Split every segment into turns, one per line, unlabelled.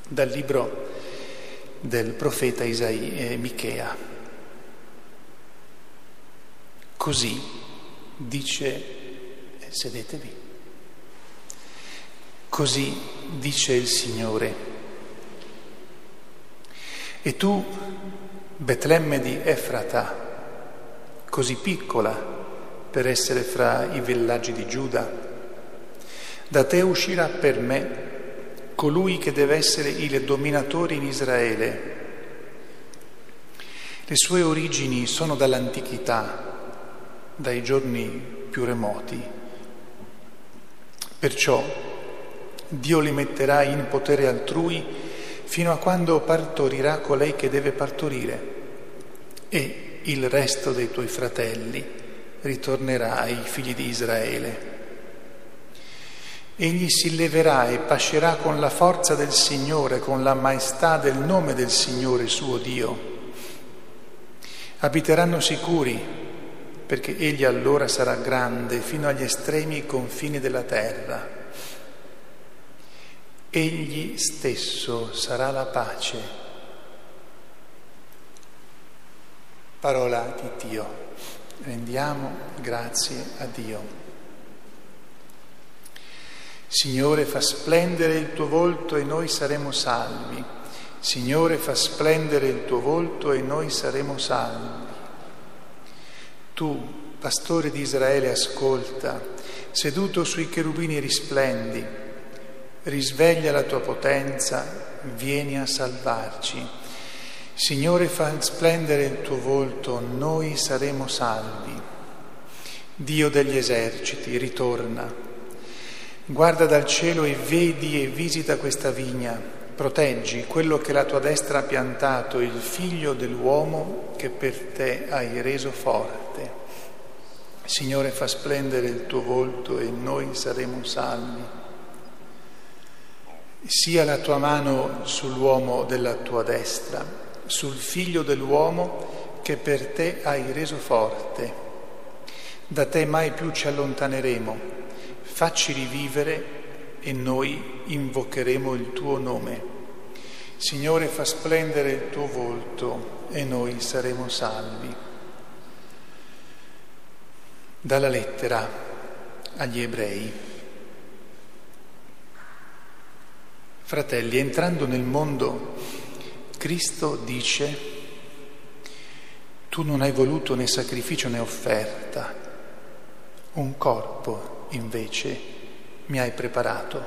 dal libro del profeta Michea. Così dice, sedetevi, così dice il Signore. E tu, Betlemme di Efrata, così piccola per essere fra i villaggi di Giuda, da te uscirà per me colui che deve essere il dominatore in Israele. Le sue origini sono dall'antichità, dai giorni più remoti. Perciò Dio li metterà in potere altrui fino a quando partorirà colei che deve partorire, e il resto dei tuoi fratelli ritornerà ai figli di Israele. Egli si leverà e pascerà con la forza del Signore, con la maestà del nome del Signore suo Dio. Abiteranno sicuri, perché egli allora sarà grande fino agli estremi confini della terra. Egli stesso sarà la pace. Parola di Dio. Rendiamo grazie a Dio. Signore, fa splendere il tuo volto e noi saremo salvi. Signore, fa splendere il tuo volto e noi saremo salvi. Tu, pastore di Israele, ascolta, seduto sui cherubini risplendi, risveglia la tua potenza, vieni a salvarci. Signore, fa splendere il tuo volto, noi saremo salvi. Dio degli eserciti, ritorna. Guarda dal cielo e vedi e visita questa vigna, proteggi quello che la tua destra ha piantato, il figlio dell'uomo che per te hai reso forte. Signore, fa splendere il tuo volto e noi saremo salvi. Sia la tua mano sull'uomo della tua destra, sul figlio dell'uomo che per te hai reso forte. Da te mai più ci allontaneremo. Facci rivivere e noi invocheremo il tuo nome. Signore, fa splendere il tuo volto e noi saremo salvi. Dalla lettera agli Ebrei. Fratelli, entrando nel mondo, Cristo dice: tu non hai voluto né sacrificio né offerta, un corpo invece mi hai preparato.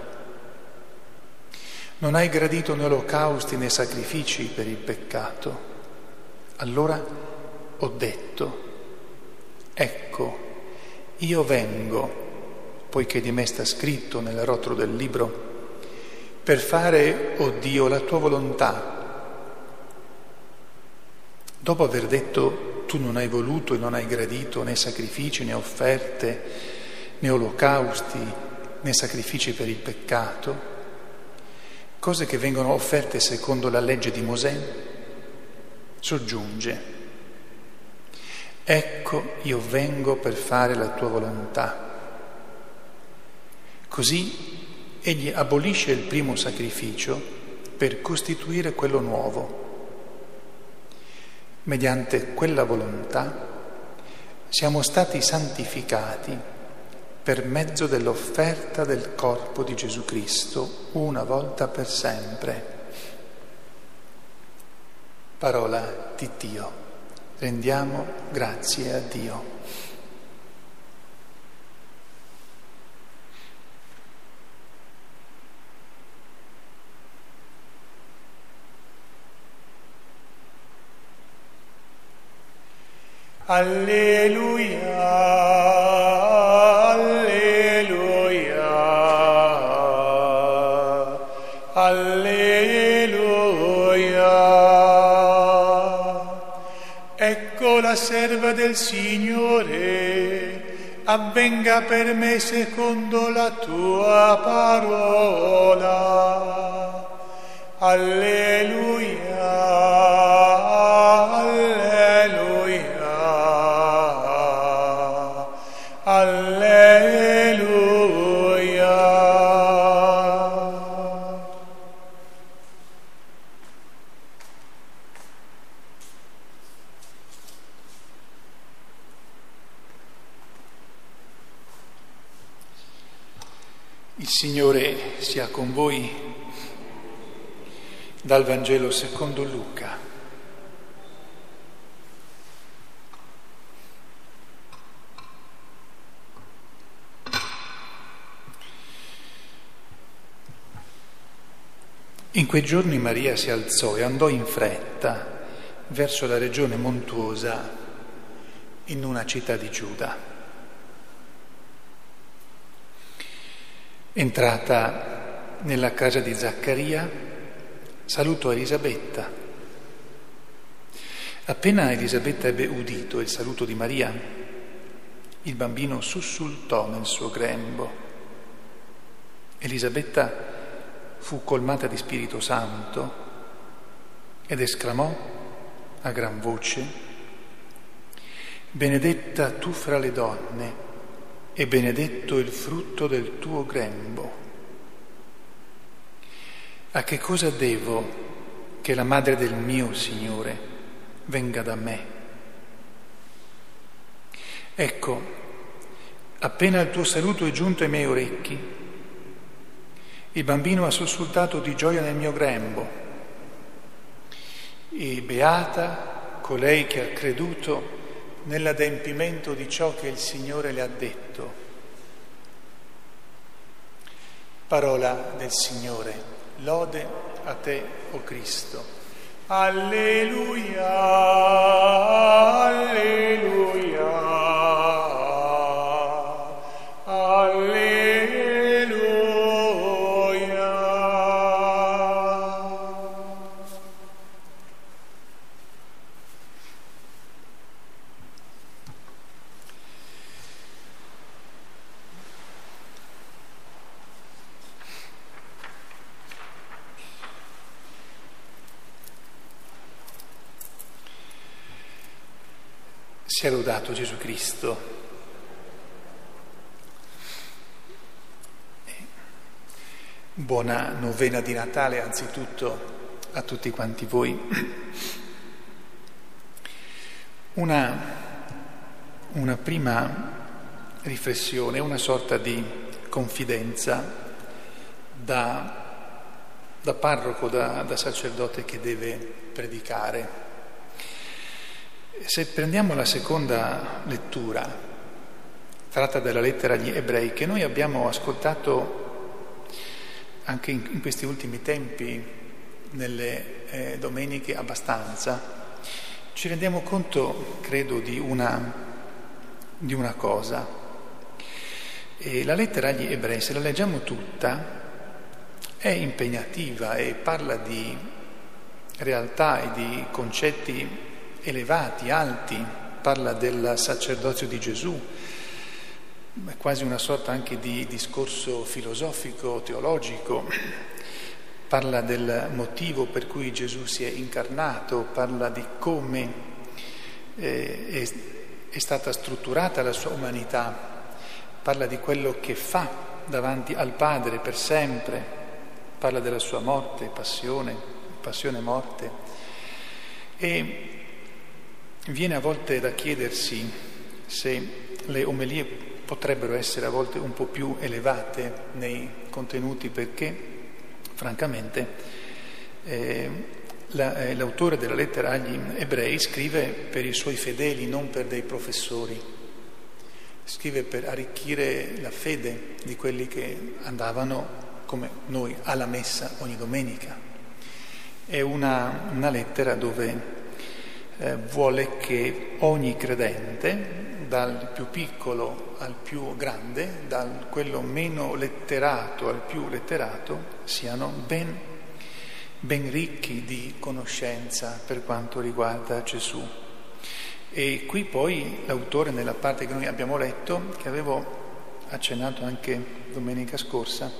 Non hai gradito né olocausti né sacrifici per il peccato. Allora ho detto: ecco, io vengo, poiché di me sta scritto nel rotolo del libro, per fare, o Dio, la tua volontà. Dopo aver detto: tu non hai voluto e non hai gradito né sacrifici né offerte, né olocausti, né sacrifici per il peccato, cose che vengono offerte secondo la legge di Mosè, soggiunge: ecco, io vengo per fare la tua volontà. Così egli abolisce il primo sacrificio per costituire quello nuovo. Mediante quella volontà siamo stati santificati per mezzo dell'offerta del corpo di Gesù Cristo, una volta per sempre. Parola di Dio. Rendiamo grazie a Dio. Alleluia. Ecco la serva del Signore, avvenga per me secondo la tua parola. Alleluia, alleluia, alleluia. Signore sia con voi. Dal Vangelo secondo Luca. In quei giorni Maria si alzò e andò in fretta verso la regione montuosa in una città di Giuda. Entrata nella casa di Zaccaria, salutò Elisabetta. Appena Elisabetta ebbe udito il saluto di Maria, il bambino sussultò nel suo grembo. Elisabetta fu colmata di Spirito Santo ed esclamò a gran voce: benedetta tu fra le donne e benedetto il frutto del tuo grembo. A che cosa devo che la madre del mio Signore venga da me? Ecco, appena il tuo saluto è giunto ai miei orecchi, il bambino ha sussultato di gioia nel mio grembo. E beata colei che ha creduto nell'adempimento di ciò che il Signore le ha detto. Parola del Signore. Lode a te, o Cristo. Alleluia, alleluia, alleluia. Sia lodato Gesù Cristo. Buona novena di Natale anzitutto a tutti quanti voi. Una prima riflessione, una sorta di confidenza da parroco, da sacerdote che deve predicare. Se prendiamo la seconda lettura, tratta dalla lettera agli Ebrei, che noi abbiamo ascoltato anche in questi ultimi tempi, nelle domeniche abbastanza, ci rendiamo conto, credo, di una cosa. E la lettera agli Ebrei, se la leggiamo tutta, è impegnativa e parla di realtà e di concetti elevati, alti, parla del sacerdozio di Gesù, è quasi una sorta anche di discorso filosofico, teologico, parla del motivo per cui Gesù si è incarnato, parla di come è stata strutturata la sua umanità, parla di quello che fa davanti al Padre per sempre, parla della sua morte, passione, morte. E viene a volte da chiedersi se le omelie potrebbero essere a volte un po' più elevate nei contenuti, perché francamente l'autore della lettera agli Ebrei scrive per i suoi fedeli, non per dei professori, scrive per arricchire la fede di quelli che andavano come noi alla messa ogni domenica. È una lettera dove vuole che ogni credente, dal più piccolo al più grande, dal quello meno letterato al più letterato, siano ben ricchi di conoscenza per quanto riguarda Gesù. E qui poi l'autore, nella parte che noi abbiamo letto, che avevo accennato anche domenica scorsa,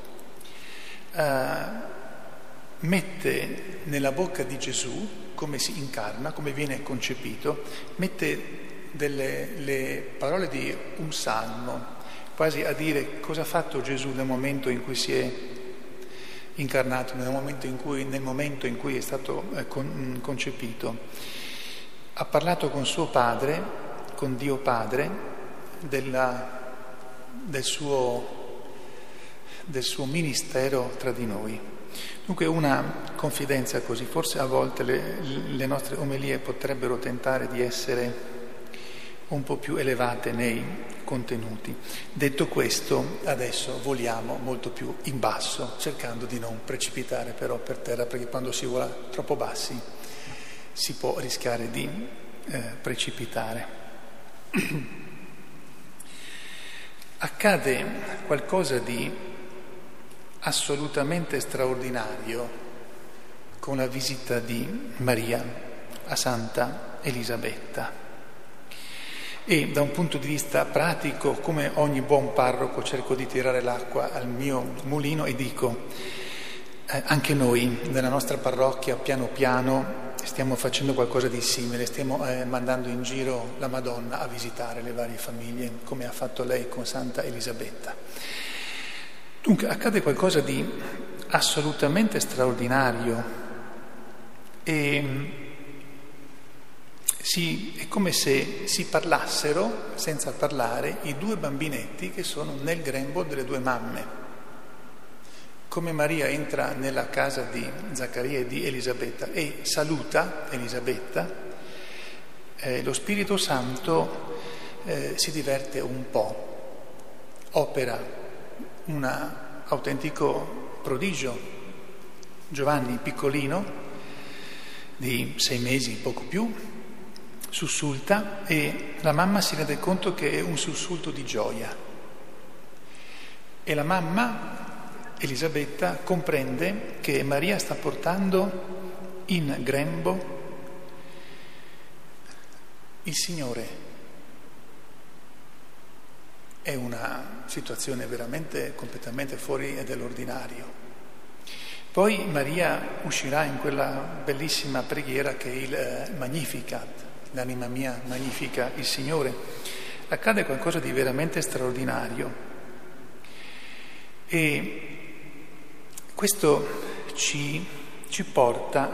mette nella bocca di Gesù, come si incarna, come viene concepito, mette le parole di un salmo, quasi a dire cosa ha fatto Gesù nel momento in cui si è incarnato, nel momento in cui è stato concepito. Ha parlato con suo Padre, con Dio Padre, del suo ministero tra di noi. Dunque una confidenza così, forse a volte le nostre omelie potrebbero tentare di essere un po' più elevate nei contenuti. Detto questo, adesso voliamo molto più in basso, cercando di non precipitare però per terra, perché quando si vola troppo bassi si può rischiare di precipitare. Accade qualcosa di assolutamente straordinario con la visita di Maria a Santa Elisabetta. E da un punto di vista pratico, come ogni buon parroco, cerco di tirare l'acqua al mio mulino e dico, anche noi nella nostra parrocchia piano piano stiamo facendo qualcosa di simile, stiamo mandando in giro la Madonna a visitare le varie famiglie, come ha fatto lei con Santa Elisabetta. Dunque accade qualcosa di assolutamente straordinario e è come se si parlassero, senza parlare, i due bambinetti che sono nel grembo delle due mamme. Come Maria entra nella casa di Zaccaria e di Elisabetta e saluta Elisabetta, lo Spirito Santo si diverte un po', opera un autentico prodigio. Giovanni, piccolino, di 6 mesi, poco più, sussulta e la mamma si rende conto che è un sussulto di gioia. E la mamma, Elisabetta, comprende che Maria sta portando in grembo il Signore. È una situazione veramente completamente fuori dall'ordinario. Poi Maria uscirà in quella bellissima preghiera che è il Magnificat. L'anima mia magnifica il Signore. Accade qualcosa di veramente straordinario e questo ci porta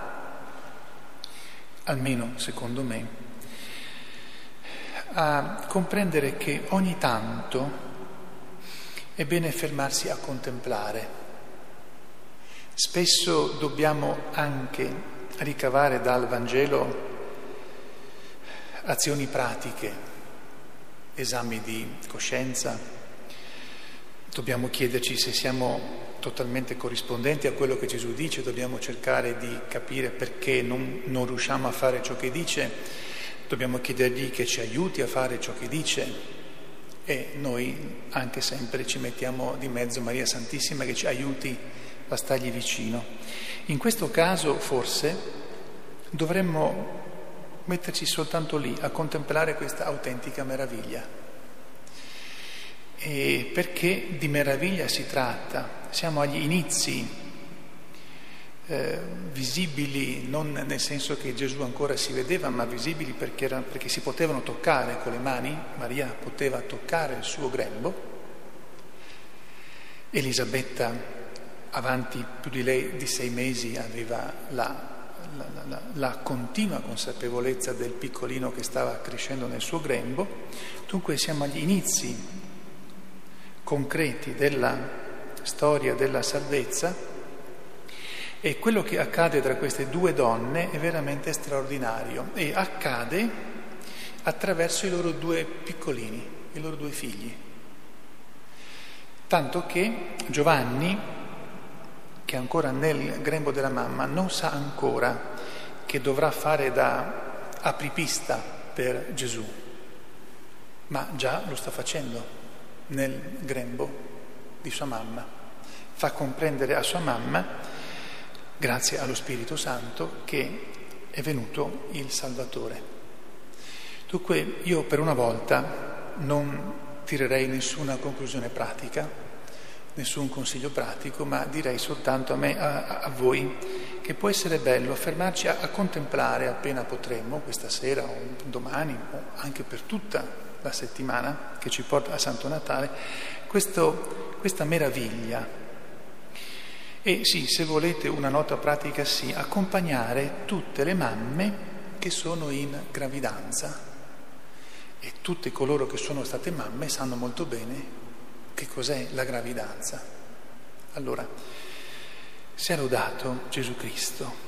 almeno secondo me, a comprendere che ogni tanto è bene fermarsi a contemplare. Spesso dobbiamo anche ricavare dal Vangelo azioni pratiche, esami di coscienza. Dobbiamo chiederci se siamo totalmente corrispondenti a quello che Gesù dice, dobbiamo cercare di capire perché non riusciamo a fare ciò che dice, dobbiamo chiedergli che ci aiuti a fare ciò che dice e noi anche sempre ci mettiamo di mezzo Maria Santissima che ci aiuti a stargli vicino. In questo caso forse dovremmo metterci soltanto lì a contemplare questa autentica meraviglia. E perché di meraviglia si tratta? Siamo agli inizi, visibili non nel senso che Gesù ancora si vedeva, ma visibili perché si potevano toccare con le mani. Maria poteva toccare il suo grembo. Elisabetta, avanti più di lei di 6 mesi, aveva la continua consapevolezza del piccolino che stava crescendo nel suo grembo. Dunque siamo agli inizi concreti della storia della salvezza e quello che accade tra queste due donne è veramente straordinario e accade attraverso i loro 2 piccolini, i loro 2 figli. Tanto che Giovanni, che è ancora nel grembo della mamma, non sa ancora che dovrà fare da apripista per Gesù, ma già lo sta facendo nel grembo di sua mamma. Fa comprendere a sua mamma, grazie allo Spirito Santo, che è venuto il Salvatore. Dunque io per una volta non tirerei nessuna conclusione pratica, nessun consiglio pratico, ma direi soltanto a voi che può essere bello fermarci a contemplare appena potremmo, questa sera o domani o anche per tutta la settimana che ci porta a Santo Natale, questa meraviglia. E sì, se volete una nota pratica, sì, accompagnare tutte le mamme che sono in gravidanza e tutte coloro che sono state mamme sanno molto bene che cos'è la gravidanza. Allora, sia lodato Gesù Cristo.